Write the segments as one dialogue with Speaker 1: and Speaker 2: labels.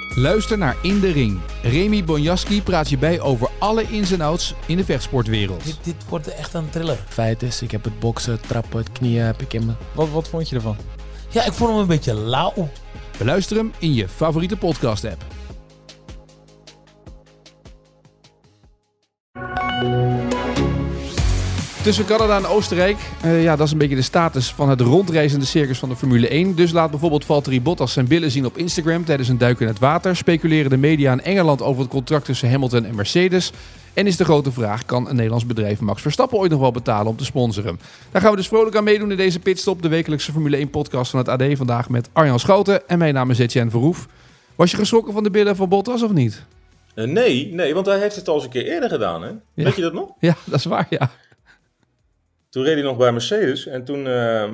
Speaker 1: Luister naar In de Ring. Remy Bonjaski praat je bij over alle ins en outs in de vechtsportwereld.
Speaker 2: Dit wordt echt een thriller.
Speaker 3: Feit is, ik heb het boksen, het trappen, het knieën heb ik in me.
Speaker 4: Wat vond je ervan?
Speaker 2: Ja, ik vond hem een beetje lauw.
Speaker 1: Beluister hem in je favoriete podcast-app. Tussen Canada en Oostenrijk, dat is een beetje de status van het rondreizende circus van de Formule 1. Dus laat bijvoorbeeld Valtteri Bottas zijn billen zien op Instagram tijdens een duik in het water. Speculeren de media in Engeland over het contract tussen Hamilton en Mercedes. En is de grote vraag, kan een Nederlands bedrijf Max Verstappen ooit nog wel betalen om te sponsoren? Daar gaan we dus vrolijk aan meedoen in deze pitstop, de wekelijkse Formule 1 podcast van het AD. Vandaag met Arjan Schouten en mijn naam is Etienne Verhoef. Was je geschrokken van de billen van Bottas of niet?
Speaker 5: Nee, want hij heeft het al eens een keer eerder gedaan, hè?
Speaker 1: Ja.
Speaker 5: Weet je dat nog?
Speaker 1: Ja, dat is waar, ja.
Speaker 5: Toen reed hij nog bij Mercedes en toen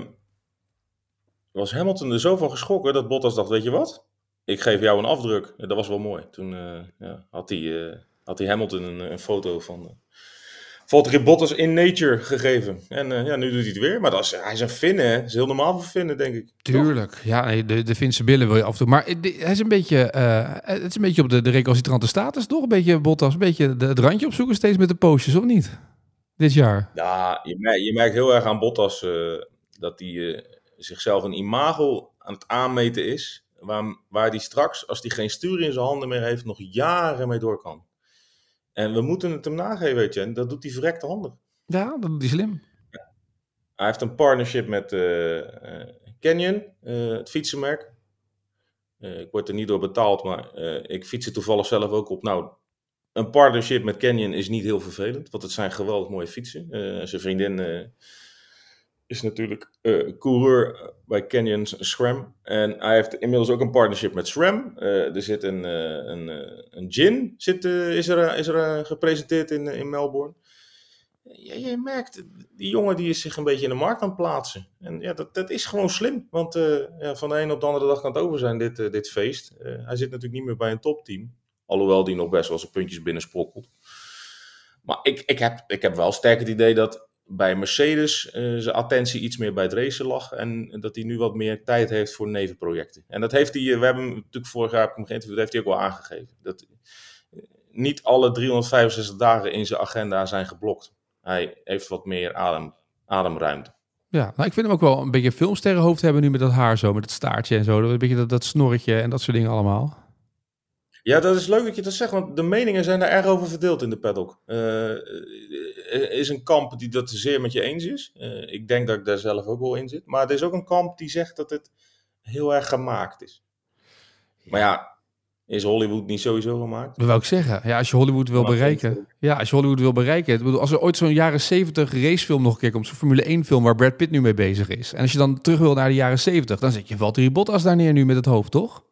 Speaker 5: was Hamilton er zo van geschrokken dat Bottas dacht, weet je wat? Ik geef jou een afdruk. Dat was wel mooi. Toen had hij Hamilton een foto van Valtteri Bottas in nature gegeven. En nu doet hij het weer. Maar hij is een Finne, hè? Dat is heel normaal voor Finnen, denk ik.
Speaker 1: Tuurlijk. Toch? Ja, nee, de Finse billen wil je af en toe. Maar hij is een beetje, het is een beetje op de recalcitrante status, toch? Een beetje Bottas, een beetje het randje opzoeken steeds met de postjes, of niet? Dit jaar.
Speaker 5: Ja, je merkt heel erg aan Bottas dat hij zichzelf een imago aan het aanmeten is. Waar hij straks, als hij geen stuur in zijn handen meer heeft, nog jaren mee door kan. En we moeten het hem nageven, weet je. En dat doet hij verrekte handig.
Speaker 1: Ja, dat doet hij slim.
Speaker 5: Ja. Hij heeft een partnership met Canyon, het fietsenmerk. Ik word er niet door betaald, maar ik fiets er toevallig zelf ook op. Nou, een partnership met Canyon is niet heel vervelend, want het zijn geweldig mooie fietsen. Zijn vriendin is natuurlijk coureur bij Canyon SRAM. En hij heeft inmiddels ook een partnership met SRAM. Er zit een gin is er gepresenteerd in Melbourne. Je merkt, die jongen die is zich een beetje in de markt aan het plaatsen. En ja, dat is gewoon slim. Want van de ene op de andere dag kan het over zijn, dit feest. Hij zit natuurlijk niet meer bij een topteam. Alhoewel die nog best wel zijn puntjes binnensprokkelt. Maar ik heb wel sterk het idee dat bij Mercedes zijn attentie iets meer bij het racen lag. En dat hij nu wat meer tijd heeft voor nevenprojecten. En dat heeft hij, we hebben hem natuurlijk vorig jaar geïnterviewd, dat heeft hij ook wel aangegeven. Dat niet alle 365 dagen in zijn agenda zijn geblokt. Hij heeft wat meer ademruimte.
Speaker 1: Ja, nou, ik vind hem ook wel een beetje filmsterrenhoofd hebben nu met dat haar zo, met het staartje en zo. Een beetje dat snorretje en dat soort dingen allemaal.
Speaker 5: Ja, dat is leuk dat je dat zegt, want de meningen zijn daar erg over verdeeld in de paddock. Er is een kamp die dat zeer met je eens is. Ik denk dat ik daar zelf ook wel in zit. Maar er is ook een kamp die zegt dat het heel erg gemaakt is. Maar ja, is Hollywood niet sowieso gemaakt?
Speaker 1: Dat wou ik zeggen. Ja, als je Hollywood wil bereiken. Ja, als je Hollywood wil bereiken. Ik bedoel, als er ooit zo'n jaren 70 racefilm nog een keer komt, zo'n Formule 1 film waar Brad Pitt nu mee bezig is. En als je dan terug wil naar de jaren 70, dan zet je Valtteri Bottas daar neer nu met het hoofd, toch?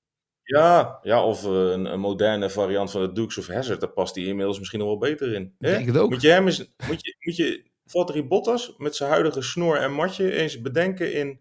Speaker 5: Ja, of een moderne variant van de Dukes of Hazzard, daar past hij inmiddels misschien nog wel beter in.
Speaker 1: Ik denk het ook.
Speaker 5: Moet je Valtteri Bottas met zijn huidige snor en matje eens bedenken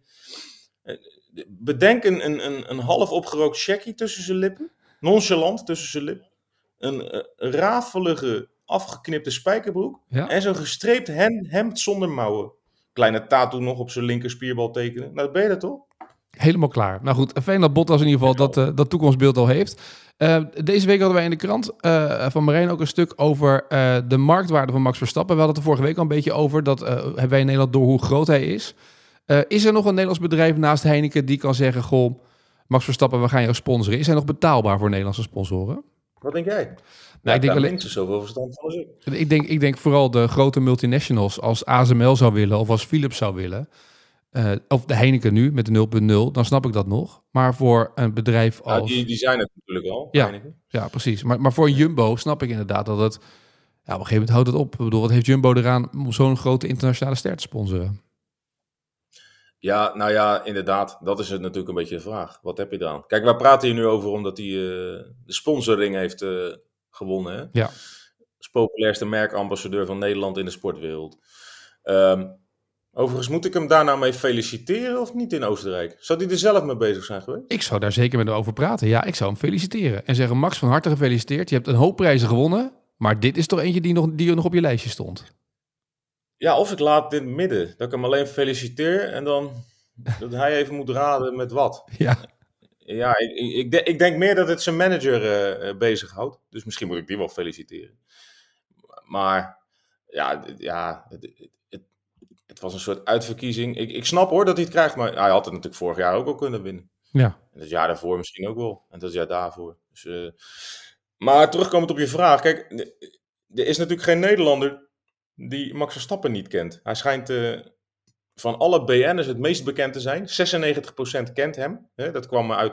Speaker 5: een half opgerookt checkie tussen zijn lippen, nonchalant tussen zijn lippen, een rafelige afgeknipte spijkerbroek en zo'n gestreept hemd zonder mouwen. Kleine tattoo nog op zijn linker spierbal tekenen. Nou, dat ben je dat toch?
Speaker 1: Helemaal klaar. Nou goed, fijn dat Bottas in ieder geval dat toekomstbeeld al heeft. Deze week hadden wij in de krant van Marijn ook een stuk over de marktwaarde van Max Verstappen. We hadden het er vorige week al een beetje over. Dat hebben wij in Nederland door hoe groot hij is. Is er nog een Nederlands bedrijf naast Heineken die kan zeggen, goh, Max Verstappen, we gaan jou sponsoren. Is hij nog betaalbaar voor Nederlandse sponsoren?
Speaker 5: Wat denk jij?
Speaker 1: Nou, ik denk alleen
Speaker 5: mensen zoveel verstand van als ik.
Speaker 1: Ik denk vooral de grote multinationals als ASML zou willen of als Philips zou willen. Of de Heineken nu met de 0.0, dan snap ik dat nog. Maar voor een bedrijf als...
Speaker 5: Die zijn het natuurlijk al,
Speaker 1: ja,
Speaker 5: Heineken.
Speaker 1: Ja, precies. Maar voor een Jumbo snap ik inderdaad dat het... Ja, op een gegeven moment houdt het op. Ik bedoel, wat heeft Jumbo eraan om zo'n grote internationale ster te sponsoren?
Speaker 5: Ja, nou ja, inderdaad. Dat is het natuurlijk een beetje de vraag. Wat heb je dan? Kijk, wij praten hier nu over omdat hij de sponsoring heeft gewonnen. Hè?
Speaker 1: Ja.
Speaker 5: Als populairste merkambassadeur van Nederland in de sportwereld. Overigens, moet ik hem daar nou mee feliciteren of niet in Oostenrijk? Zou hij er zelf mee bezig zijn geweest?
Speaker 1: Ik zou daar zeker met hem over praten. Ja, ik zou hem feliciteren. En zeggen, Max, van harte gefeliciteerd. Je hebt een hoop prijzen gewonnen. Maar dit is toch eentje die nog op je lijstje stond.
Speaker 5: Ja, of ik laat dit midden. Dat ik hem alleen feliciteer en dan dat hij even moet raden met wat.
Speaker 1: Ja.
Speaker 5: Ja, ik denk meer dat het zijn manager bezighoudt. Dus misschien moet ik die wel feliciteren. Maar het was een soort uitverkiezing. Ik snap hoor dat hij het krijgt, maar hij had het natuurlijk vorig jaar ook al kunnen winnen.
Speaker 1: Ja.
Speaker 5: En het jaar daarvoor misschien ook wel. En dat jaar daarvoor. Dus, maar terugkomend op je vraag. Kijk, er is natuurlijk geen Nederlander die Max Verstappen niet kent. Hij schijnt van alle BN'ers het meest bekend te zijn. 96% kent hem. Hè? Dat kwam uit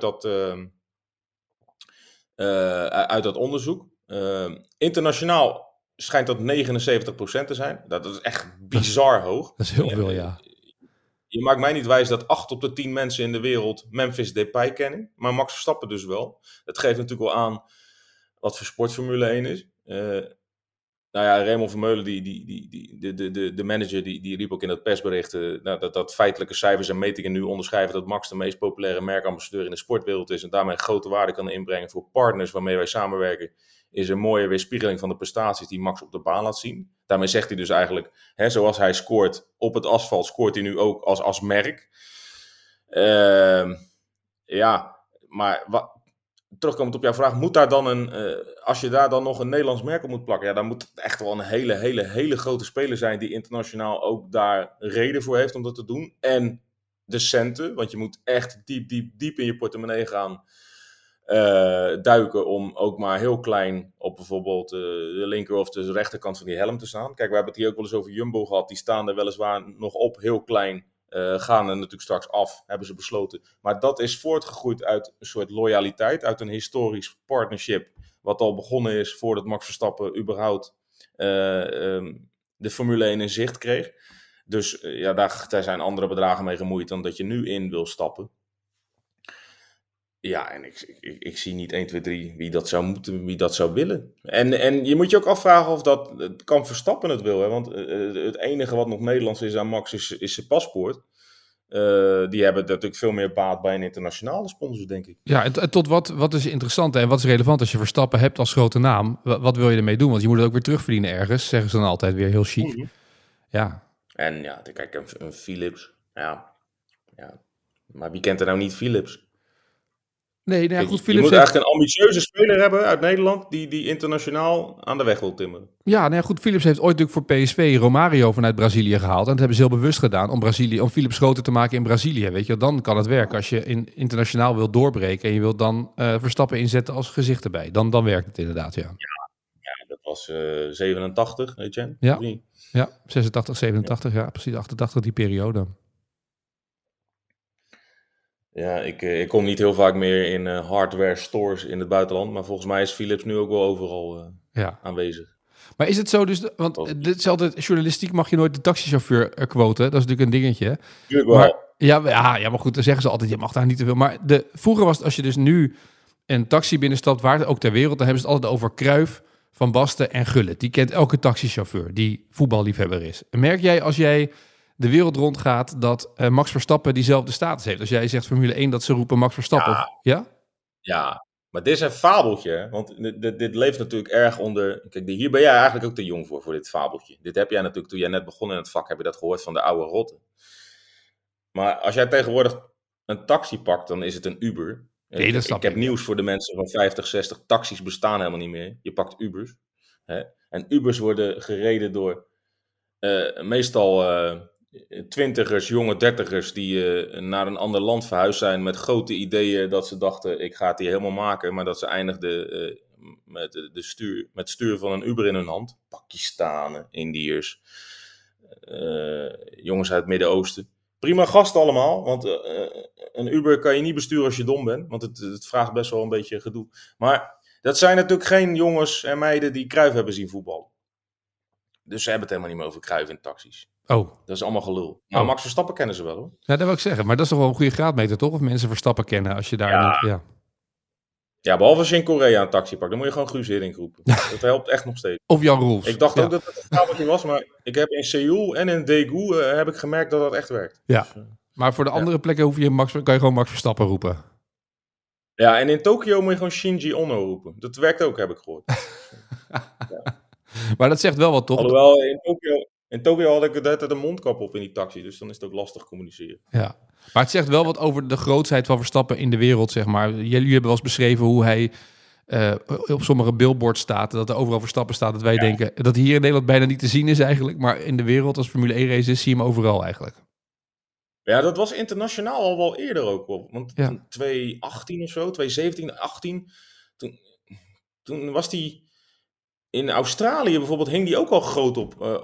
Speaker 5: dat onderzoek. Internationaal schijnt dat 79% te zijn. Dat is echt bizar hoog.
Speaker 1: Dat is heel veel, ja.
Speaker 5: Je maakt mij niet wijs dat 8 op de 10 mensen in de wereld Memphis Depay kennen. Maar Max Verstappen dus wel. Dat geeft natuurlijk wel aan wat voor sport Formule 1 is. Raymond Vermeulen, de manager, die riep ook in dat persbericht dat feitelijke cijfers en metingen nu onderschrijven dat Max de meest populaire merkambassadeur in de sportwereld is en daarmee grote waarde kan inbrengen voor partners waarmee wij samenwerken, is een mooie weerspiegeling van de prestaties die Max op de baan laat zien. Daarmee zegt hij dus eigenlijk, zoals hij scoort op het asfalt, scoort hij nu ook als merk. Maar terugkomend op jouw vraag, moet daar dan als je daar dan nog een Nederlands merk op moet plakken, dan moet het echt wel een hele grote speler zijn die internationaal ook daar reden voor heeft om dat te doen. En de centen, want je moet echt diep in je portemonnee gaan duiken om ook maar heel klein op bijvoorbeeld de linker of de rechterkant van die helm te staan. Kijk, we hebben het hier ook wel eens over Jumbo gehad, die staan er weliswaar nog op, heel klein. Gaan er natuurlijk straks af, hebben ze besloten. Maar dat is voortgegroeid uit een soort loyaliteit, uit een historisch partnership, wat al begonnen is voordat Max Verstappen überhaupt de Formule 1 in zicht kreeg. Dus daar zijn andere bedragen mee gemoeid dan dat je nu in wil stappen. Ja, en ik zie niet 1, 2, 3 wie dat zou moeten, wie dat zou willen. En je moet je ook afvragen of dat kan Verstappen het wil. Hè? Want het enige wat nog Nederlands is aan Max is zijn paspoort. Die hebben natuurlijk veel meer baat bij een internationale sponsor, denk ik.
Speaker 1: Ja, en tot wat is interessant en wat is relevant als je Verstappen hebt als grote naam? Wat wil je ermee doen? Want je moet het ook weer terugverdienen ergens, zeggen ze dan altijd weer heel chic.
Speaker 5: Mm-hmm.
Speaker 1: Ja.
Speaker 5: En kijk, een Philips. Ja. Maar wie kent er nou niet Philips?
Speaker 1: Nee,
Speaker 5: Kijk,
Speaker 1: goed,
Speaker 5: je
Speaker 1: Philips
Speaker 5: moet eigenlijk een ambitieuze speler hebben uit Nederland die internationaal aan de weg wil timmeren.
Speaker 1: Ja, goed, Philips heeft ooit natuurlijk voor PSV Romario vanuit Brazilië gehaald. En dat hebben ze heel bewust gedaan om Philips groter te maken in Brazilië. Weet je, dan kan het werken. Als je internationaal wilt doorbreken en je wilt dan Verstappen inzetten als gezicht erbij. Dan werkt het inderdaad, ja.
Speaker 5: Ja, dat was 87, weet je?
Speaker 1: Ja, 86, 87, ja, precies 88 die periode.
Speaker 5: Ja, ik kom niet heel vaak meer in hardware stores in het buitenland. Maar volgens mij is Philips nu ook wel overal aanwezig.
Speaker 1: Maar is het zo dus, want dit is altijd, journalistiek mag je nooit de taxichauffeur quoten. Dat is natuurlijk een dingetje.
Speaker 5: Tuurlijk wel.
Speaker 1: Maar goed, dan zeggen ze altijd, je mag daar niet te veel. Maar vroeger was het, als je dus nu een taxi binnenstapt, waar ook ter wereld, dan hebben ze het altijd over Cruijff, Van Basten en Gullit. Die kent elke taxichauffeur die voetballiefhebber is. En merk jij als jij de wereld rondgaat dat Max Verstappen diezelfde status heeft? Als jij zegt Formule 1 dat ze roepen Max Verstappen.
Speaker 5: Ja, maar dit is een fabeltje. Hè? Want dit leeft natuurlijk erg onder... Kijk, hier ben jij eigenlijk ook te jong voor dit fabeltje. Dit heb jij natuurlijk, toen jij net begon in het vak, heb je dat gehoord van de oude rotten. Maar als jij tegenwoordig een taxi pakt, dan is het een Uber.
Speaker 1: Nee, dat snap
Speaker 5: ik heb nieuws voor de mensen van 50, 60. Taxis bestaan helemaal niet meer. Je pakt Ubers. Hè? En Ubers worden gereden door meestal twintigers, jonge dertigers die naar een ander land verhuisd zijn met grote ideeën dat ze dachten, ik ga het hier helemaal maken. Maar dat ze eindigden met het stuur van een Uber in hun hand. Pakistanen, Indiërs, jongens uit het Midden-Oosten. Prima gasten allemaal, want een Uber kan je niet besturen als je dom bent. Want het vraagt best wel een beetje gedoe. Maar dat zijn natuurlijk geen jongens en meiden die Cruijff hebben zien voetballen. Dus ze hebben het helemaal niet meer over Cruijff in taxis.
Speaker 1: Oh.
Speaker 5: Dat is allemaal gelul. Nou, Max Verstappen kennen ze wel, hoor.
Speaker 1: Ja, dat wil ik zeggen. Maar dat is toch wel een goede graadmeter, toch? Of mensen Verstappen kennen als je daar...
Speaker 5: Ja. Ja, behalve als je in Korea een taxi pakt. Dan moet je gewoon Guus Hiddink roepen. Dat helpt echt nog steeds.
Speaker 1: Of Jan Roels.
Speaker 5: Ik dacht ook dat het een fabeltje was, maar ik heb in Seoul en in Daegu heb ik gemerkt dat dat echt werkt.
Speaker 1: Ja,
Speaker 5: dus,
Speaker 1: maar voor de andere plekken kan je gewoon Max Verstappen roepen.
Speaker 5: Ja, en in Tokio moet je gewoon Shinji Ono roepen. Dat werkt ook, heb ik gehoord.
Speaker 1: Maar dat zegt wel wat, toch?
Speaker 5: Alhoewel, in Tokio In Tokio had ik de mondkap op in die taxi, dus dan is het ook lastig communiceren.
Speaker 1: Ja. Maar het zegt wel wat over de grootsheid van Verstappen in de wereld, zeg maar. Jullie hebben wel eens beschreven hoe hij op sommige billboards staat, dat er overal Verstappen staat, dat wij denken dat hij hier in Nederland bijna niet te zien is eigenlijk. Maar in de wereld, als Formule 1 race is, zie je hem overal eigenlijk.
Speaker 5: Ja, dat was internationaal al wel eerder ook wel. Want
Speaker 1: Ja.
Speaker 5: 2018 of zo, 2017, 18, toen was hij in Australië bijvoorbeeld, hing die ook al groot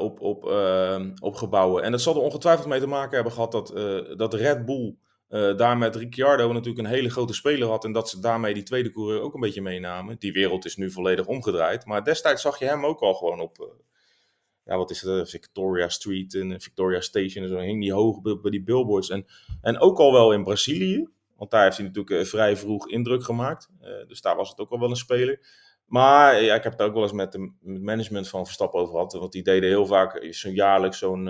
Speaker 5: op gebouwen. En dat zal er ongetwijfeld mee te maken hebben gehad dat Red Bull daar met Ricciardo natuurlijk een hele grote speler had. En dat ze daarmee die tweede coureur ook een beetje meenamen. Die wereld is nu volledig omgedraaid. Maar destijds zag je hem ook al gewoon op wat is het, Victoria Street en Victoria Station en zo, hing die hoog bij die billboards. En ook al wel in Brazilië, want daar heeft hij natuurlijk vrij vroeg indruk gemaakt. Dus daar was het ook al wel een speler. Maar ja, ik heb het ook wel eens met het management van Verstappen over gehad, want die deden heel vaak jaarlijks zo'n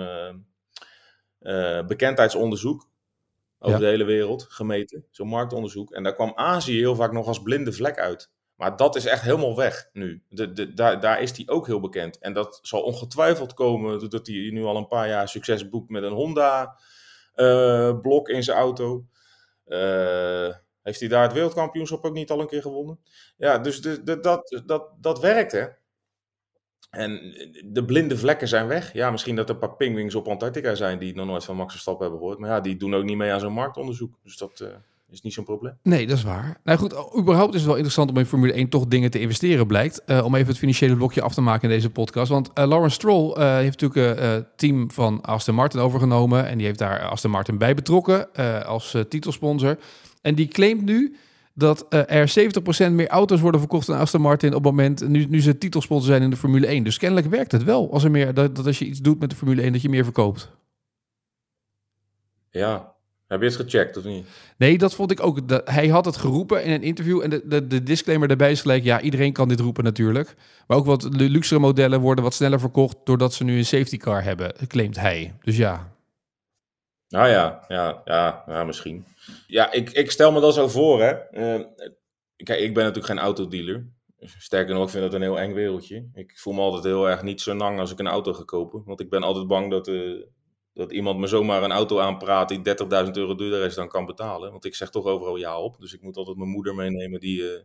Speaker 5: bekendheidsonderzoek over de hele wereld, gemeten, zo'n marktonderzoek. En daar kwam Azië heel vaak nog als blinde vlek uit. Maar dat is echt helemaal weg nu. Daar is hij ook heel bekend. En dat zal ongetwijfeld komen doordat hij nu al een paar jaar succes boekt met een Honda-blok in zijn auto. Heeft hij daar het wereldkampioenschap ook niet al een keer gewonnen? Ja, dus dat werkt, hè. En de blinde vlekken zijn weg. Ja, misschien dat er een paar pingwings op Antarctica zijn die nog nooit van Max Verstappen hebben gehoord. Maar ja, die doen ook niet mee aan zo'n marktonderzoek. Dus dat is niet zo'n probleem.
Speaker 1: Nee, dat is waar. Nou goed, überhaupt is het wel interessant om in Formule 1 toch dingen te investeren, blijkt. Om even het financiële blokje af te maken in deze podcast. Want Lawrence Stroll heeft natuurlijk het team van Aston Martin overgenomen. En die heeft daar Aston Martin bij betrokken als titelsponsor. En die claimt nu dat er 70% meer auto's worden verkocht aan Aston Martin op het moment nu ze titelsponsor zijn in de Formule 1. Dus kennelijk werkt het wel als er meer dat als je iets doet met de Formule 1 dat je meer verkoopt.
Speaker 5: Ja, heb je het gecheckt of niet?
Speaker 1: Nee, dat vond ik ook. Hij had het geroepen in een interview en de disclaimer daarbij is gelijk, ja, iedereen kan dit roepen natuurlijk. Maar ook wat luxere modellen worden wat sneller verkocht doordat ze nu een safety car hebben, claimt hij. Dus ja.
Speaker 5: Nou ja, misschien. Ja, ik stel me dat zo voor, hè. Kijk, ik ben natuurlijk geen autodealer. Sterker nog, ik vind dat een heel eng wereldje. Ik voel me altijd heel erg niet zo lang als ik een auto ga kopen. Want ik ben altijd bang dat iemand me zomaar een auto aanpraat die €30.000 duurder is dan kan betalen. Want ik zeg toch overal ja op. Dus ik moet altijd mijn moeder meenemen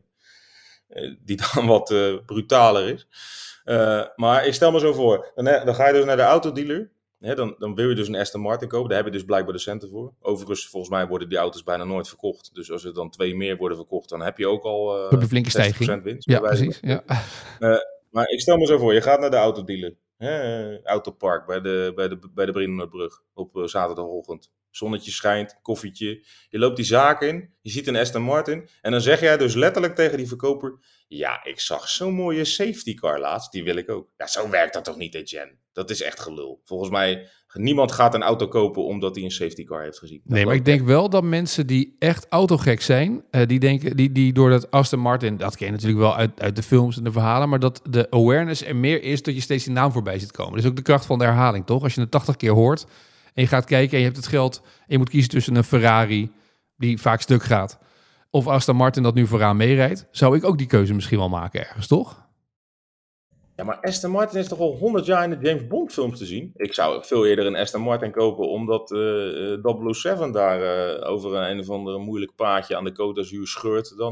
Speaker 5: die dan wat brutaler is. Maar ik stel me zo voor. Dan ga je dus naar de autodealer. Hè, dan wil je dus een Aston Martin kopen. Daar heb je dus blijkbaar de centen voor. Overigens, volgens mij worden die auto's bijna nooit verkocht. Dus als er dan 2 meer worden verkocht, dan heb je ook al
Speaker 1: Een flinke stijging.
Speaker 5: 60% winst.
Speaker 1: Ja, precies. Ja.
Speaker 5: Maar ik stel me zo voor, je gaat naar de autodealer. Autopark bij de Brienenoordbrug op zaterdagochtend. Zonnetje schijnt, koffietje. Je loopt die zaak in, je ziet een Aston Martin. En dan zeg jij dus letterlijk tegen die verkoper: ja, ik zag zo'n mooie safety car laatst, die wil ik ook. Ja, zo werkt dat toch niet, Etienne? Dat is echt gelul. Volgens mij, niemand gaat een auto kopen omdat hij een safety car heeft gezien.
Speaker 1: Nee, maar ik denk wel dat mensen die echt autogek zijn, die door dat Aston Martin, dat ken je natuurlijk wel uit de films en de verhalen, maar dat de awareness er meer is dat je steeds die naam voorbij ziet komen. Dat is ook de kracht van de herhaling, toch? Als je het 80 keer hoort en je gaat kijken en je hebt het geld en je moet kiezen tussen een Ferrari, die vaak stuk gaat, of Aston Martin dat nu vooraan meerijdt, zou ik ook die keuze misschien wel maken ergens, toch?
Speaker 5: Ja, maar Aston Martin is toch al 100 jaar in de James Bond films te zien? Ik zou veel eerder een Aston Martin kopen omdat 007 daar over een of andere moeilijk paadje aan de Côte d'Azur scheurt dan...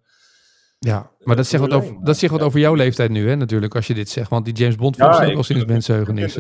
Speaker 1: Ja, maar dat zegt wat over jouw leeftijd nu, hè, natuurlijk, als je dit zegt. Want die James Bond films zijn ook al sinds mensenheugenis.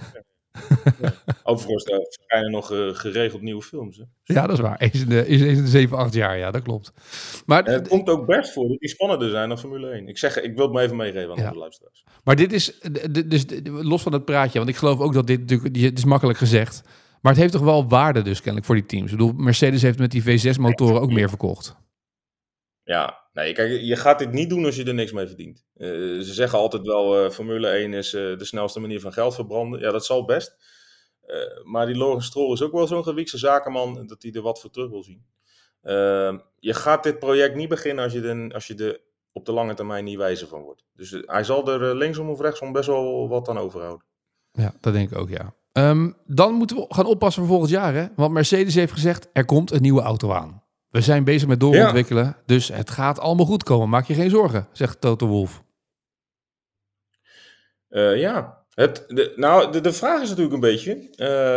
Speaker 5: Ja. Overigens, daar verschijnen nog geregeld nieuwe films. Hè?
Speaker 1: Ja, dat is waar. Eens in de 7, 8 jaar, ja, dat klopt. Maar
Speaker 5: het komt ook best voor dat die spannender zijn dan Formule 1. Ik wil het maar even meegeven aan de luisteraars.
Speaker 1: Maar dit is, dus los van het praatje, want ik geloof ook dat dit natuurlijk, het is makkelijk gezegd, maar het heeft toch wel waarde dus kennelijk voor die teams. Ik bedoel, Mercedes heeft met die V6-motoren ook meer verkocht.
Speaker 5: Ja, nee, kijk, je gaat dit niet doen als je er niks mee verdient. Ze zeggen altijd wel, Formule 1 is de snelste manier van geld verbranden. Ja, dat zal best. Maar die Lawrence Stroll is ook wel zo'n gewiekste zakenman dat hij er wat voor terug wil zien. Je gaat dit project niet beginnen als je er op de lange termijn niet wijzer van wordt. Dus hij zal er linksom of rechtsom best wel wat aan overhouden.
Speaker 1: Ja, dat denk ik ook, ja. Dan moeten we gaan oppassen voor volgend jaar, hè? Want Mercedes heeft gezegd, er komt een nieuwe auto aan. We zijn bezig met doorontwikkelen, dus het gaat allemaal goed komen. Maak je geen zorgen, zegt Toto Wolff.
Speaker 5: Ja, De vraag is natuurlijk een beetje...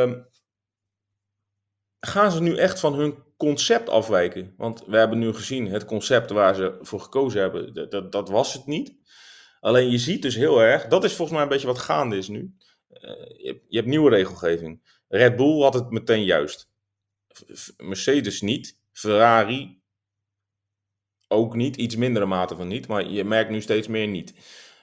Speaker 5: gaan ze nu echt van hun concept afwijken? Want we hebben nu gezien, het concept waar ze voor gekozen hebben, dat was het niet. Alleen je ziet dus heel erg, dat is volgens mij een beetje wat gaande is nu. Je hebt nieuwe regelgeving. Red Bull had het meteen juist. Mercedes niet. Ferrari ook niet. Iets mindere mate van niet. Maar je merkt nu steeds meer niet.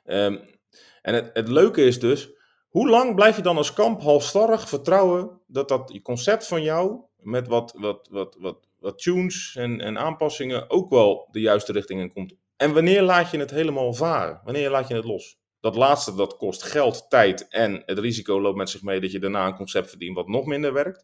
Speaker 5: En het leuke is dus, hoe lang blijf je dan als kamp halstarrig vertrouwen dat concept van jou met wat tunes en aanpassingen ook wel de juiste richting in komt? En wanneer laat je het helemaal varen? Wanneer laat je het los? Dat laatste, dat kost geld, tijd en het risico loopt met zich mee dat je daarna een concept verdient wat nog minder werkt.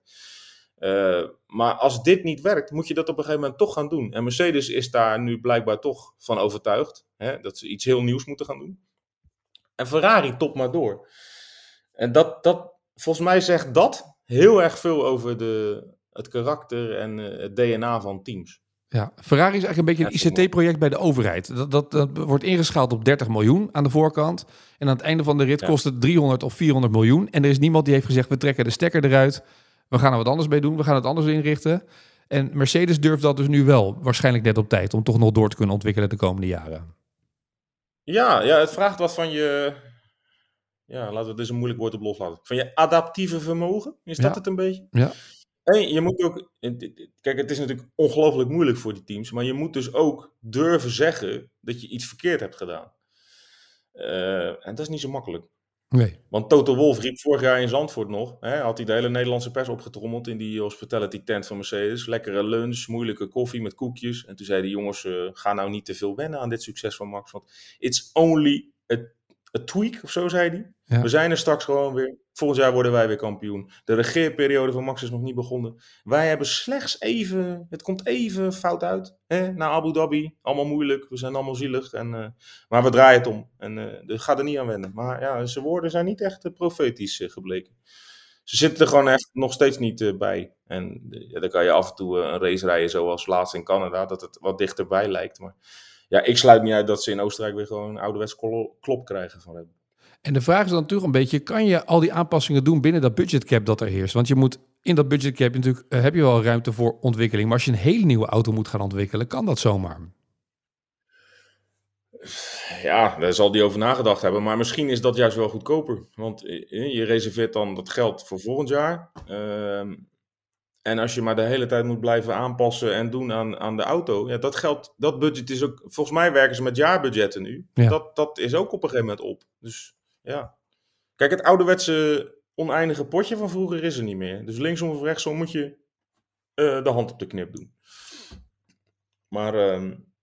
Speaker 5: Maar als dit niet werkt, moet je dat op een gegeven moment toch gaan doen. En Mercedes is daar nu blijkbaar toch van overtuigd, dat ze iets heel nieuws moeten gaan doen. En Ferrari topt maar door. En volgens mij zegt dat heel erg veel over het karakter en het DNA van teams.
Speaker 1: Ja, Ferrari is eigenlijk een beetje een ICT-project bij de overheid. Dat wordt ingeschaald op 30 miljoen aan de voorkant. En aan het einde van de rit kost het 300 of 400 miljoen. En er is niemand die heeft gezegd, we trekken de stekker eruit. We gaan er wat anders mee doen, we gaan het anders inrichten. En Mercedes durft dat dus nu wel, waarschijnlijk net op tijd, om toch nog door te kunnen ontwikkelen de komende jaren.
Speaker 5: Ja, het vraagt wat van je... Ja, laten we het eens een moeilijk woord op loslaten. Van je adaptieve vermogen, is dat het een beetje?
Speaker 1: Ja.
Speaker 5: En je moet ook... Kijk, het is natuurlijk ongelooflijk moeilijk voor die teams, maar je moet dus ook durven zeggen dat je iets verkeerd hebt gedaan. En dat is niet zo makkelijk.
Speaker 1: Nee.
Speaker 5: Want Toto Wolff riep vorig jaar in Zandvoort nog, had hij de hele Nederlandse pers opgetrommeld in die hospitality tent van Mercedes. Lekkere lunch, moeilijke koffie met koekjes. En toen zeiden de jongens, ga nou niet te veel wennen aan dit succes van Max, want it's only a tweak, of zo zei hij. Ja. We zijn er straks gewoon weer. Volgend jaar worden wij weer kampioen. De regeerperiode van Max is nog niet begonnen. Wij hebben slechts even... Het komt even fout uit. Na Abu Dhabi. Allemaal moeilijk. We zijn allemaal zielig. Maar we draaien het om. En ga er niet aan wennen. Maar ja, zijn woorden zijn niet echt profetisch gebleken. Ze zitten er gewoon echt nog steeds niet bij. En dan kan je af en toe een race rijden zoals laatst in Canada. Dat het wat dichterbij lijkt. Maar ja, ik sluit niet uit dat ze in Oostenrijk weer gewoon een ouderwets klop krijgen van hem.
Speaker 1: En de vraag is dan natuurlijk een beetje, kan je al die aanpassingen doen binnen dat budgetcap dat er heerst? Want je moet in dat budgetcap natuurlijk, heb je wel ruimte voor ontwikkeling. Maar als je een hele nieuwe auto moet gaan ontwikkelen, kan dat zomaar?
Speaker 5: Ja, daar zal die over nagedacht hebben. Maar misschien is dat juist wel goedkoper. Want je reserveert dan dat geld voor volgend jaar. En als je maar de hele tijd moet blijven aanpassen en doen aan de auto. Ja, dat geld, dat budget is ook... Volgens mij werken ze met jaarbudgetten nu. Ja. Dat is ook op een gegeven moment op. Dus ja. Kijk, het ouderwetse oneindige potje van vroeger is er niet meer. Dus linksom of rechtsom moet je de hand op de knip doen. Maar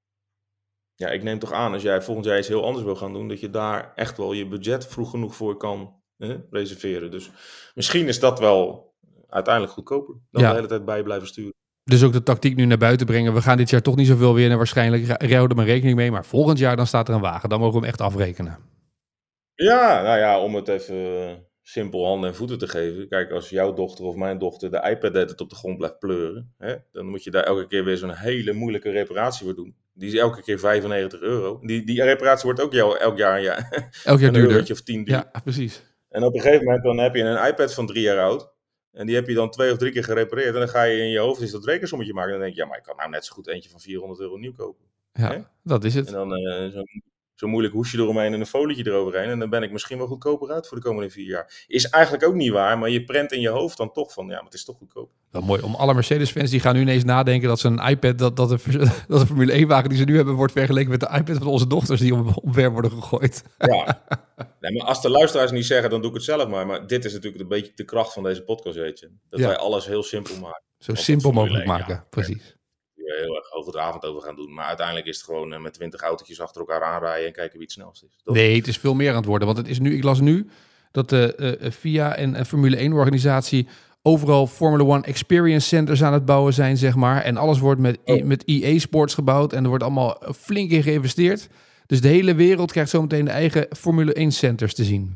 Speaker 5: ik neem toch aan, als jij volgend jaar iets heel anders wil gaan doen, dat je daar echt wel je budget vroeg genoeg voor kan reserveren. Dus misschien is dat wel uiteindelijk goedkoper dan de hele tijd bij blijven sturen.
Speaker 1: Dus ook de tactiek nu naar buiten brengen. We gaan dit jaar toch niet zoveel winnen. Waarschijnlijk houden we maar rekening mee. Maar volgend jaar dan staat er een wagen. Dan mogen we hem echt afrekenen.
Speaker 5: Ja, nou ja, om het even simpel handen en voeten te geven. Kijk, als jouw dochter of mijn dochter de iPad het op de grond blijft pleuren. Dan moet je daar elke keer weer zo'n hele moeilijke reparatie voor doen. Die is elke keer €95. Die reparatie wordt ook elk jaar
Speaker 1: elk jaar duurder.
Speaker 5: Of 10 duur.
Speaker 1: Ja, precies.
Speaker 5: En op een gegeven moment dan heb je een iPad van 3 jaar oud. En die heb je dan 2 of 3 keer gerepareerd. En dan ga je in je hoofd eens dat rekensommetje maken. En dan denk je, ja, maar ik kan nou net zo goed eentje van €400 nieuw kopen.
Speaker 1: Ja, dat is het.
Speaker 5: En dan zo'n moeilijk hoesje eromheen en een folietje eroverheen. En dan ben ik misschien wel goedkoper uit voor de komende 4 jaar. Is eigenlijk ook niet waar, maar je prent in je hoofd dan toch van, ja, maar het is toch goedkoop.
Speaker 1: Wel mooi, om alle Mercedes-fans die gaan nu ineens nadenken dat ze een iPad, dat de Formule 1-wagen die ze nu hebben, wordt vergeleken met de iPad van onze dochters die omver worden gegooid.
Speaker 5: Ja, nee, maar als de luisteraars niet zeggen, dan doe ik het zelf maar. Maar dit is natuurlijk een beetje de kracht van deze podcast, weet je. Dat wij alles heel simpel maken.
Speaker 1: Zo simpel mogelijk maken, precies.
Speaker 5: Heel erg over de avond over gaan doen. Maar uiteindelijk is het gewoon met 20 autootjes achter elkaar aanrijden en kijken wie het snelst is.
Speaker 1: Nee, het is veel meer aan het worden. Want het is nu, ik las nu dat de FIA en Formule 1-organisatie overal Formula 1 Experience Centers aan het bouwen zijn, zeg maar. En alles wordt met EA Sports gebouwd en er wordt allemaal flink in geïnvesteerd. Dus de hele wereld krijgt zometeen de eigen Formule 1 centers te zien.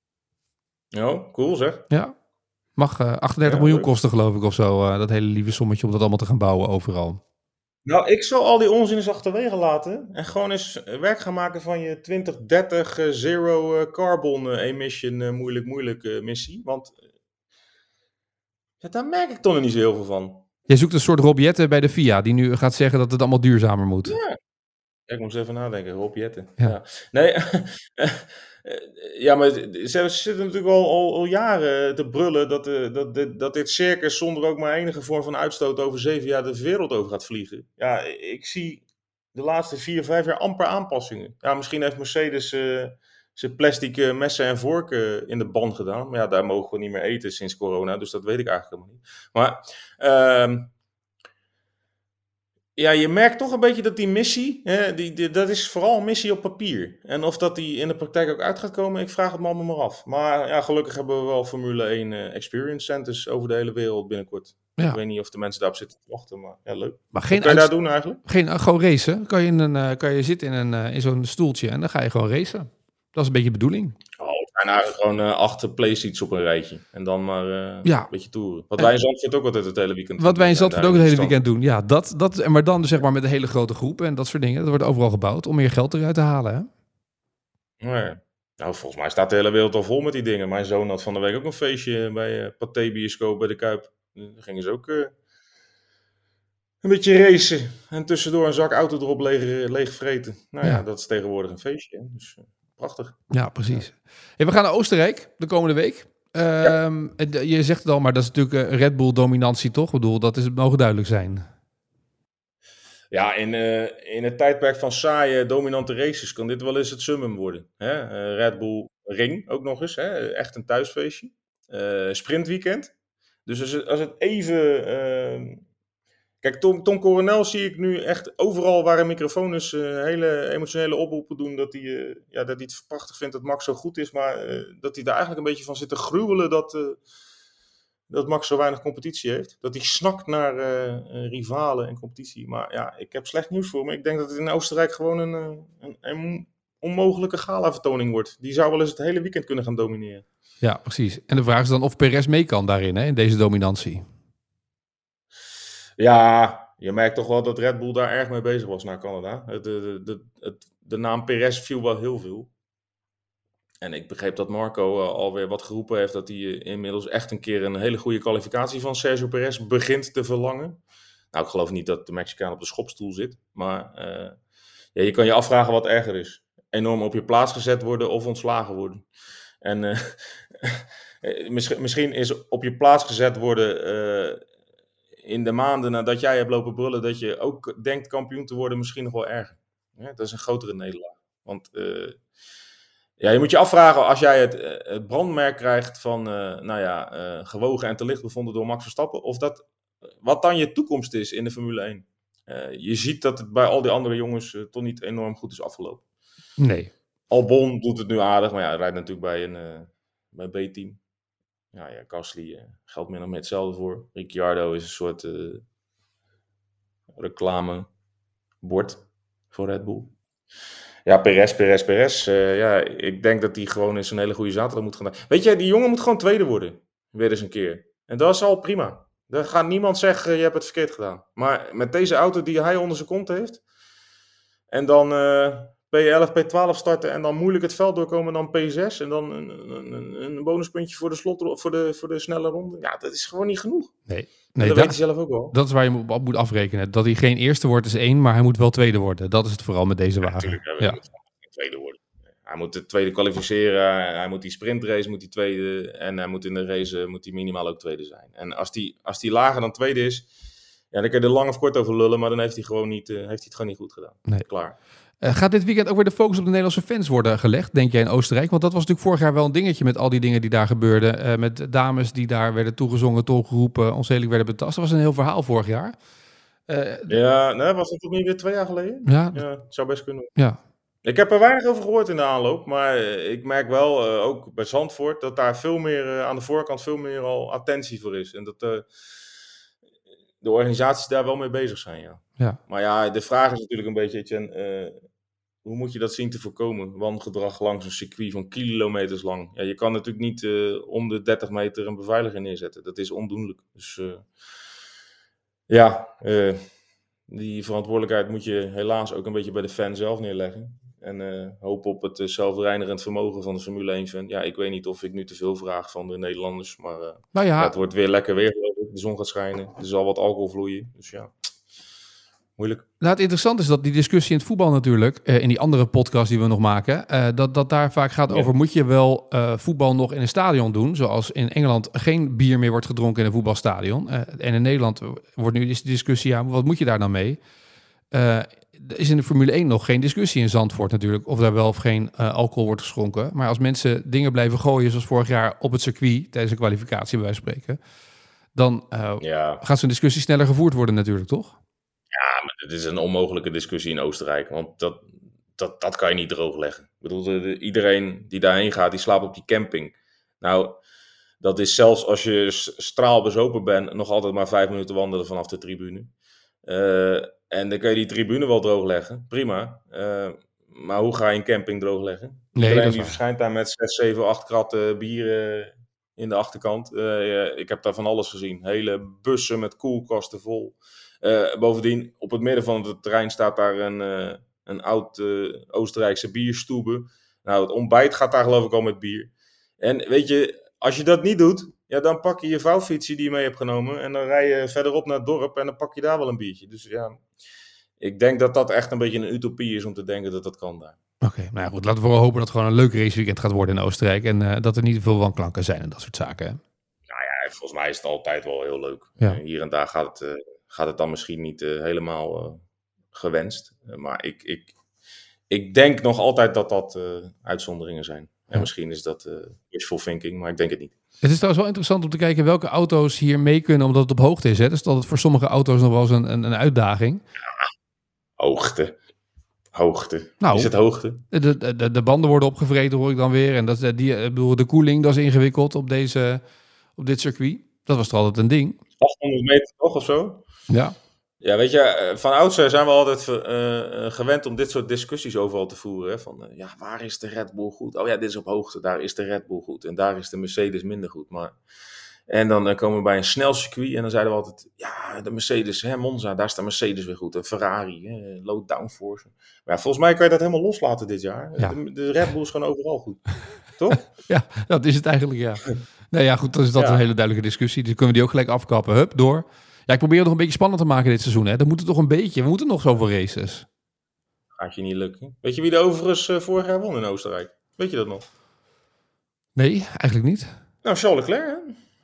Speaker 5: Oh, cool zeg.
Speaker 1: Ja. Mag 38 miljoen kosten, geloof ik, of zo. Dat hele lieve sommetje om dat allemaal te gaan bouwen overal.
Speaker 5: Nou, ik zal al die onzin eens achterwege laten en gewoon eens werk gaan maken van je 2030 zero carbon emission moeilijk missie. Want ja, daar merk ik toch nog niet zo heel veel van.
Speaker 1: Jij zoekt een soort Rob Jetten bij de FIA, die nu gaat zeggen dat het allemaal duurzamer moet.
Speaker 5: Ja, ik moest even nadenken. Rob Jetten.
Speaker 1: Ja.
Speaker 5: Ja. Nee, ja, maar ze zitten natuurlijk al jaren te brullen dat dit circus zonder ook maar enige vorm van uitstoot over 7 jaar de wereld over gaat vliegen. Ja, ik zie de laatste 4, 5 jaar amper aanpassingen. Ja, misschien heeft Mercedes zijn plastic messen en vorken in de ban gedaan. Maar ja, daar mogen we niet meer eten sinds corona, dus dat weet ik eigenlijk helemaal niet. Maar ja, je merkt toch een beetje dat die missie, hè, dat is vooral een missie op papier. En of dat die in de praktijk ook uit gaat komen, ik vraag het me allemaal maar af. Maar ja, gelukkig hebben we wel Formule 1 Experience Centers over de hele wereld binnenkort.
Speaker 1: Ja.
Speaker 5: Ik weet niet of de mensen daarop zitten te wachten, maar ja, leuk.
Speaker 1: Maar
Speaker 5: Wat
Speaker 1: geen
Speaker 5: kan je daar doen eigenlijk?
Speaker 1: gewoon racen. Kan je zitten in zo'n stoeltje en dan ga je gewoon racen. Dat is een beetje de bedoeling.
Speaker 5: Oh, het zijn eigenlijk gewoon 8 playseats op een rijtje. En dan maar
Speaker 1: Ja.
Speaker 5: een beetje toeren. Wat wij in Zandvoort ook altijd het hele weekend
Speaker 1: Wat wij in Zandvoort ook het hele
Speaker 5: stand.
Speaker 1: weekend doen. Ja, maar dan dus zeg maar met een hele grote groep en dat soort dingen. Dat wordt overal gebouwd om meer geld eruit te halen. Hè?
Speaker 5: Nee. Nou, volgens mij staat de hele wereld al vol met die dingen. Mijn zoon had van de week ook een feestje bij Pathé Bioscoop bij de Kuip. Dan gingen ze ook een beetje racen. En tussendoor een zak auto erop leeg vreten. Nou ja,
Speaker 1: Ja.
Speaker 5: dat is tegenwoordig een feestje. Hè? Dus prachtig.
Speaker 1: Ja, precies. Hey, we gaan naar Oostenrijk de komende week. Je zegt het al, maar dat is natuurlijk Red Bull dominantie toch? Ik bedoel, het mogen duidelijk zijn.
Speaker 5: Ja, in het tijdperk van saaie, dominante races kan dit wel eens het summum worden. Hè? Red Bull Ring ook nog eens. Hè? Echt een thuisfeestje. Sprintweekend. Dus als het even... Kijk, Tom Coronel zie ik nu echt overal waar een microfoon is hele emotionele oproepen doen. Dat hij het prachtig vindt dat Max zo goed is. Maar dat hij daar eigenlijk een beetje van zit te gruwelen dat Max zo weinig competitie heeft. Dat hij snakt naar rivalen en competitie. Maar ja, ik heb slecht nieuws voor me. Ik denk dat het in Oostenrijk gewoon een onmogelijke gala-vertoning wordt. Die zou wel eens het hele weekend kunnen gaan domineren.
Speaker 1: Ja, precies. En de vraag is dan of Perez mee kan daarin, hè, in deze dominantie.
Speaker 5: Ja, je merkt toch wel dat Red Bull daar erg mee bezig was naar Canada. De naam Perez viel wel heel veel. En ik begreep dat Marco alweer wat geroepen heeft dat hij inmiddels echt een keer een hele goede kwalificatie van Sergio Perez begint te verlangen. Nou, ik geloof niet dat de Mexicaan op de schopstoel zit. Maar ja, je kan je afvragen wat erger is. Enorm op je plaats gezet worden of ontslagen worden. En misschien is op je plaats gezet worden in de maanden nadat jij hebt lopen brullen dat je ook denkt kampioen te worden misschien nog wel erger. Ja, dat is een grotere nederlaag. Want ja, je moet je afvragen als jij het brandmerk krijgt van gewogen en te licht bevonden door Max Verstappen, of dat wat dan je toekomst is in de Formule 1. Je ziet dat het bij al die andere jongens toch niet enorm goed is afgelopen.
Speaker 1: Nee.
Speaker 5: Albon doet het nu aardig, maar ja, hij rijdt natuurlijk bij een B-team. Ja, Gasly geldt min of meer hetzelfde voor. Ricciardo is een soort reclamebord voor Red Bull. Ja, Perez. Ja, ik denk dat hij gewoon eens een hele goede zaterdag moet gaan. Weet je, die jongen moet gewoon tweede worden. Weer eens een keer. En dat is al prima. Daar gaat niemand zeggen, je hebt het verkeerd gedaan. Maar met deze auto die hij onder zijn kont heeft. En dan P11, P12 starten en dan moeilijk het veld doorkomen. En dan P6 en dan een bonuspuntje voor de slot, voor de snelle ronde. Ja, dat is gewoon niet genoeg.
Speaker 1: Nee,
Speaker 5: dat weet hij zelf ook wel.
Speaker 1: Dat is waar je op moet afrekenen. Dat hij geen eerste wordt is 1, maar hij moet wel tweede worden. Dat is het vooral met deze wagen.
Speaker 5: Natuurlijk, hij moet geen tweede worden. Hij moet de tweede kwalificeren, hij moet die sprintrace, moet die tweede, en hij moet in de race moet hij minimaal ook tweede zijn. En als die lager dan tweede is, ja, dan kun je er lang of kort over lullen, maar dan heeft hij het gewoon niet goed gedaan.
Speaker 1: Nee.
Speaker 5: Klaar.
Speaker 1: Gaat dit weekend ook weer de focus op de Nederlandse fans worden gelegd, denk jij, in Oostenrijk? Want dat was natuurlijk vorig jaar wel een dingetje met al die dingen die daar gebeurden. Met dames die daar werden toegezongen, toegeroepen, onzedelijk werden betast. Dat was een heel verhaal vorig jaar.
Speaker 5: Was dat toch niet weer 2 jaar geleden?
Speaker 1: Ja,
Speaker 5: het zou best kunnen.
Speaker 1: Ja.
Speaker 5: Ik heb er weinig over gehoord in de aanloop, maar ik merk wel, ook bij Zandvoort, dat daar veel meer aan de voorkant veel meer al attentie voor is. En dat de organisaties daar wel mee bezig zijn,
Speaker 1: ja.
Speaker 5: Maar ja, de vraag is natuurlijk een beetje, Etienne, hoe moet je dat zien te voorkomen? Wangedrag langs een circuit van kilometers lang. Ja, je kan natuurlijk niet om de 30 meter een beveiliger neerzetten. Dat is ondoenlijk. Dus Die verantwoordelijkheid moet je helaas ook een beetje bij de fan zelf neerleggen. En hopen op het zelfreinigend vermogen van de Formule 1-fan. Ja, ik weet niet of ik nu te veel vraag van de Nederlanders. Maar
Speaker 1: Nou ja,
Speaker 5: het wordt weer lekker weer, geloof ik. De zon gaat schijnen. Er zal wat alcohol vloeien. Dus ja, moeilijk.
Speaker 1: nou, het interessante is dat die discussie in het voetbal natuurlijk, in die andere podcast die we nog maken, dat daar vaak gaat over, moet je wel voetbal nog in een stadion doen? Zoals in Engeland geen bier meer wordt gedronken in een voetbalstadion. En in Nederland wordt nu de discussie, ja, wat moet je daar nou mee? Er is in de Formule 1 nog geen discussie in Zandvoort natuurlijk, of daar wel of geen alcohol wordt geschonken. Maar als mensen dingen blijven gooien, zoals vorig jaar op het circuit, tijdens een kwalificatie bij wijze van spreken, dan gaat zo'n discussie sneller gevoerd worden natuurlijk, toch?
Speaker 5: Ja, maar het is een onmogelijke discussie in Oostenrijk. Want dat kan je niet droogleggen. Ik bedoel, iedereen die daarheen gaat, die slaapt op die camping. Nou, dat is zelfs als je straalbezopen bent, nog altijd maar 5 minuten wandelen vanaf de tribune. En dan kun je die tribune wel droogleggen. Prima. Maar hoe ga je een camping droogleggen? Iedereen die verschijnt daar met 6, 7, 8 kratten bier in de achterkant. Ik heb daar van alles gezien. Hele bussen met koelkasten vol. Bovendien, op het midden van het terrein staat daar een oud Oostenrijkse bierstube. Nou, het ontbijt gaat daar geloof ik al met bier. En weet je, als je dat niet doet, ja, dan pak je je vouwfietsie die je mee hebt genomen en dan rij je verderop naar het dorp en dan pak je daar wel een biertje. Dus ja, ik denk dat dat echt een beetje een utopie is om te denken dat dat kan daar.
Speaker 1: Oké, nou ja, goed. Laten we hopen dat het gewoon een leuk raceweekend gaat worden in Oostenrijk en dat er niet veel wanklanken zijn en dat soort zaken. Hè?
Speaker 5: Nou ja, volgens mij is het altijd wel heel leuk.
Speaker 1: Ja.
Speaker 5: Hier en daar gaat het dan misschien niet helemaal gewenst. Maar ik denk nog altijd dat dat uitzonderingen zijn. En misschien is dat wishful thinking, maar ik denk het niet.
Speaker 1: Het is trouwens wel interessant om te kijken welke auto's hier mee kunnen, omdat het op hoogte is. Hè? Dus dat het voor sommige auto's nog wel eens een uitdaging.
Speaker 5: Ja, hoogte.
Speaker 1: Nou,
Speaker 5: is het hoogte?
Speaker 1: De banden worden opgevreten, hoor ik dan weer. En de koeling, dat is ingewikkeld op dit circuit. Dat was toch altijd een ding.
Speaker 5: 800 meter toch of zo?
Speaker 1: Ja.
Speaker 5: Ja, weet je, van oudsher zijn we altijd gewend om dit soort discussies overal te voeren. Hè? Van, waar is de Red Bull goed? Oh ja, dit is op hoogte, daar is de Red Bull goed. En daar is de Mercedes minder goed. En dan komen we bij een snel circuit en dan zeiden we altijd, ja, de Mercedes, Monza, daar is de Mercedes weer goed. En Ferrari, low downforce. Maar ja, volgens mij kan je dat helemaal loslaten dit jaar.
Speaker 1: Ja.
Speaker 5: De Red Bull is gewoon overal goed. Toch?
Speaker 1: Ja, dat is het eigenlijk, ja. Nou ja, goed, dan is dat een hele duidelijke discussie. Dus kunnen we die ook gelijk afkappen. Hup, door. Ja, ik probeer het nog een beetje spannend te maken dit seizoen. Hè. Dan moet het toch een beetje. We moeten nog zoveel races.
Speaker 5: Gaat je niet lukken. Weet je wie de overigens vorig jaar won in Oostenrijk? Weet je dat nog?
Speaker 1: Nee, eigenlijk niet.
Speaker 5: Nou, Charles Leclerc, hè?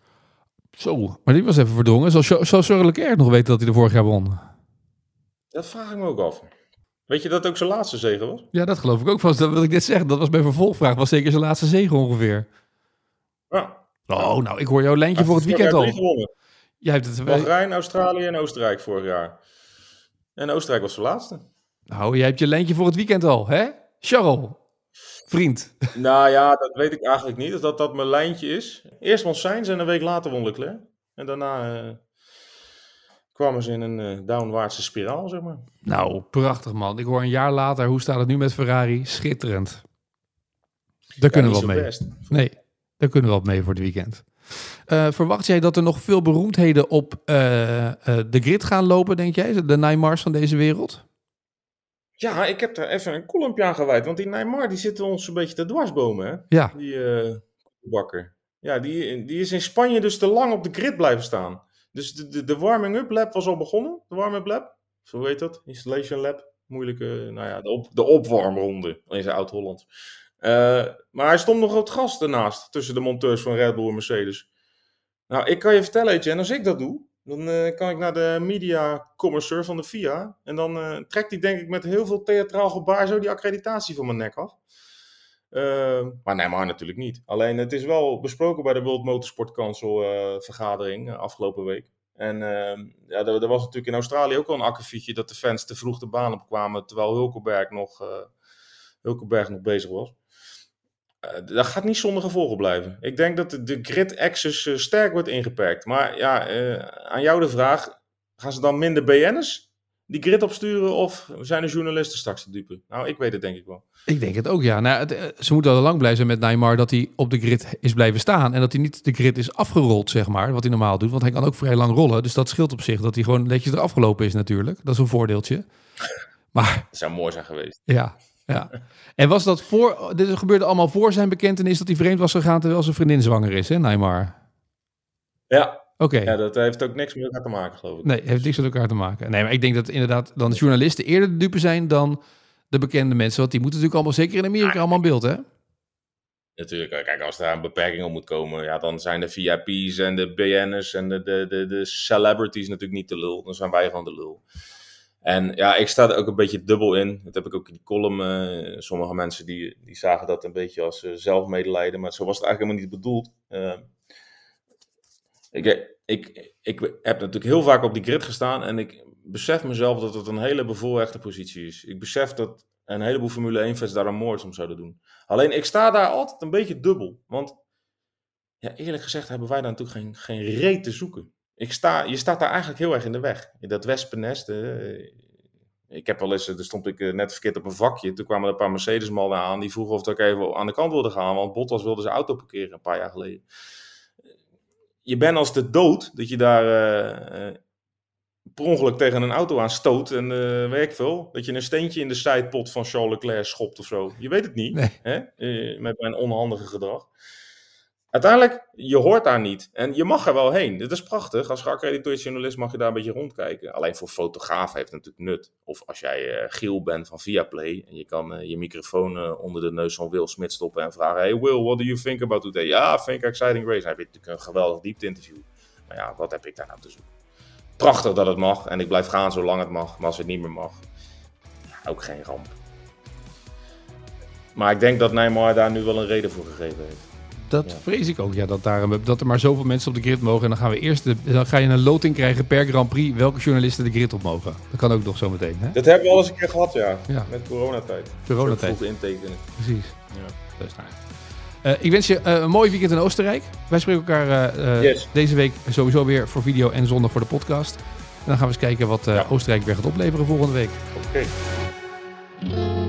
Speaker 1: Zo, maar die was even verdrongen. Zal Charles Leclerc nog weten dat hij er vorig jaar won?
Speaker 5: Dat vraag ik me ook af. Weet je dat het ook zijn laatste zege was?
Speaker 1: Ja, dat geloof ik ook vast. Dat wil ik net zeggen. Dat was mijn vervolgvraag. Was zeker zijn laatste zege ongeveer.
Speaker 5: Ja.
Speaker 1: Oh, nou, ik hoor jouw lijntje voor het weekend al. Jij hebt het...
Speaker 5: Bahrein, Australië en Oostenrijk vorig jaar. En Oostenrijk was zijn laatste.
Speaker 1: Nou, jij hebt je lijntje voor het weekend al, hè? Charles, vriend.
Speaker 5: Nou ja, dat weet ik eigenlijk niet. Dat mijn lijntje is. Eerst won Sainz en een week later won Leclerc. En daarna kwamen ze in een downwaartse spiraal, zeg maar.
Speaker 1: Nou, prachtig man. Ik hoor een jaar later, hoe staat het nu met Ferrari? Schitterend. Daar kunnen we wat mee.
Speaker 5: Best.
Speaker 1: Nee, daar kunnen we wat mee voor het weekend. Verwacht jij dat er nog veel beroemdheden op de grid gaan lopen, denk jij? De Neymars van deze wereld?
Speaker 5: Ja, ik heb daar even een kolompje aan gewijd. Want die Neymar, die zit ons een beetje te dwarsbomen, hè?
Speaker 1: Ja.
Speaker 5: Die bakker. Ja, die is in Spanje dus te lang op de grid blijven staan. Dus de warming-up lap was al begonnen. De warm-up lap. Zo heet dat. Installation lap. Moeilijke, nou ja, de opwarmronde. In zijn oud-Holland. Maar hij stond nog op het gas ernaast. Tussen de monteurs van Red Bull en Mercedes. Nou, ik kan je vertellen, Etienne, als ik dat doe, dan kan ik naar de media-commerceur van de FIA. En dan trekt hij denk ik met heel veel theatraal gebaar zo die accreditatie van mijn nek af. Maar Neymar natuurlijk niet. Alleen het is wel besproken bij de World Motorsport Council vergadering afgelopen week. En er was natuurlijk in Australië ook al een akkefietje dat de fans te vroeg de baan opkwamen terwijl Hulkenberg nog bezig was. Dat gaat niet zonder gevolgen blijven. Ik denk dat de grid access sterk wordt ingeperkt. Maar ja, aan jou de vraag, gaan ze dan minder BN'ers die grid opsturen of zijn de journalisten straks de dupe? Nou, ik weet het denk ik wel.
Speaker 1: Ik denk het ook, ja. Nou, ze moeten al lang blij zijn met Neymar dat hij op de grid is blijven staan. En dat hij niet de grid is afgerold, zeg maar, wat hij normaal doet. Want hij kan ook vrij lang rollen. Dus dat scheelt op zich dat hij gewoon netjes eraf gelopen is natuurlijk. Dat is een voordeeltje. Maar
Speaker 5: Dat zou mooi zijn geweest.
Speaker 1: ja. En was dat dit gebeurde allemaal voor zijn bekentenis dat hij vreemd was gegaan terwijl zijn vriendin zwanger is, hè, Neymar?
Speaker 5: Ja.
Speaker 1: Oké.
Speaker 5: Ja, dat heeft ook niks met elkaar te maken, geloof ik.
Speaker 1: Nee, heeft niks met elkaar te maken. Nee, maar ik denk dat inderdaad dan de journalisten eerder de dupe zijn dan de bekende mensen. Want die moeten natuurlijk allemaal, zeker in Amerika, allemaal in beeld, hè?
Speaker 5: Natuurlijk, kijk, als daar een beperking op moet komen, ja, dan zijn de VIP's en de BN'ers en de celebrities natuurlijk niet de lul. Dan zijn wij gewoon de lul. En ja, ik sta er ook een beetje dubbel in. Dat heb ik ook in die column. Sommige mensen die zagen dat een beetje als zelfmedelijden, maar zo was het eigenlijk helemaal niet bedoeld. Ik heb natuurlijk heel vaak op die grid gestaan en ik besef mezelf dat het een hele bevoorrechte positie is. Ik besef dat een heleboel Formule 1-fans daar een moord om zouden doen. Alleen ik sta daar altijd een beetje dubbel. Want ja, eerlijk gezegd hebben wij daar natuurlijk geen reet te zoeken. Je staat daar eigenlijk heel erg in de weg. In dat wespennest. Ik heb wel eens, daar stond ik net verkeerd op een vakje. Toen kwamen er een paar Mercedes-mannen aan. Die vroegen of ik even aan de kant wilde gaan. Want Bottas wilde zijn auto parkeren een paar jaar geleden. Je bent als de dood dat je daar per ongeluk tegen een auto aan stoot. En weet ik veel. Dat je een steentje in de zijpot van Charles Leclerc schopt of zo. Je weet het niet.
Speaker 1: Nee.
Speaker 5: Hè? Met mijn onhandige gedrag. Uiteindelijk, je hoort daar niet. En je mag er wel heen. Dit is prachtig. Als geaccrediteerd journalist mag je daar een beetje rondkijken. Alleen voor fotografen heeft het natuurlijk nut. Of als jij Giel bent van Viaplay. En je kan je microfoon onder de neus van Will Smith stoppen. En vragen, hey Will, what do you think about today? Ja, think exciting race. Dan heb je natuurlijk een geweldig diepte-interview. Maar ja, wat heb ik daar nou te zoeken? Prachtig dat het mag. En ik blijf gaan zolang het mag. Maar als het niet meer mag, ja, ook geen ramp. Maar ik denk dat Neymar daar nu wel een reden voor gegeven heeft.
Speaker 1: Dat vrees ik ook, ja, dat er maar zoveel mensen op de grid mogen. En dan gaan we eerst dan ga je een loting krijgen per Grand Prix welke journalisten de grid op mogen. Dat kan ook nog zo meteen, hè?
Speaker 5: Dat hebben we al eens een keer gehad, ja.
Speaker 1: Ja.
Speaker 5: Met coronatijd.
Speaker 1: Coronatijd.
Speaker 5: Vroeg intekenen.
Speaker 1: Precies.
Speaker 5: Ja.
Speaker 1: Dat is waar. Ik wens je een mooi weekend in Oostenrijk. Wij spreken elkaar deze week sowieso weer voor video en zondag voor de podcast. En dan gaan we eens kijken wat Oostenrijk weer gaat opleveren volgende week.
Speaker 5: Oké.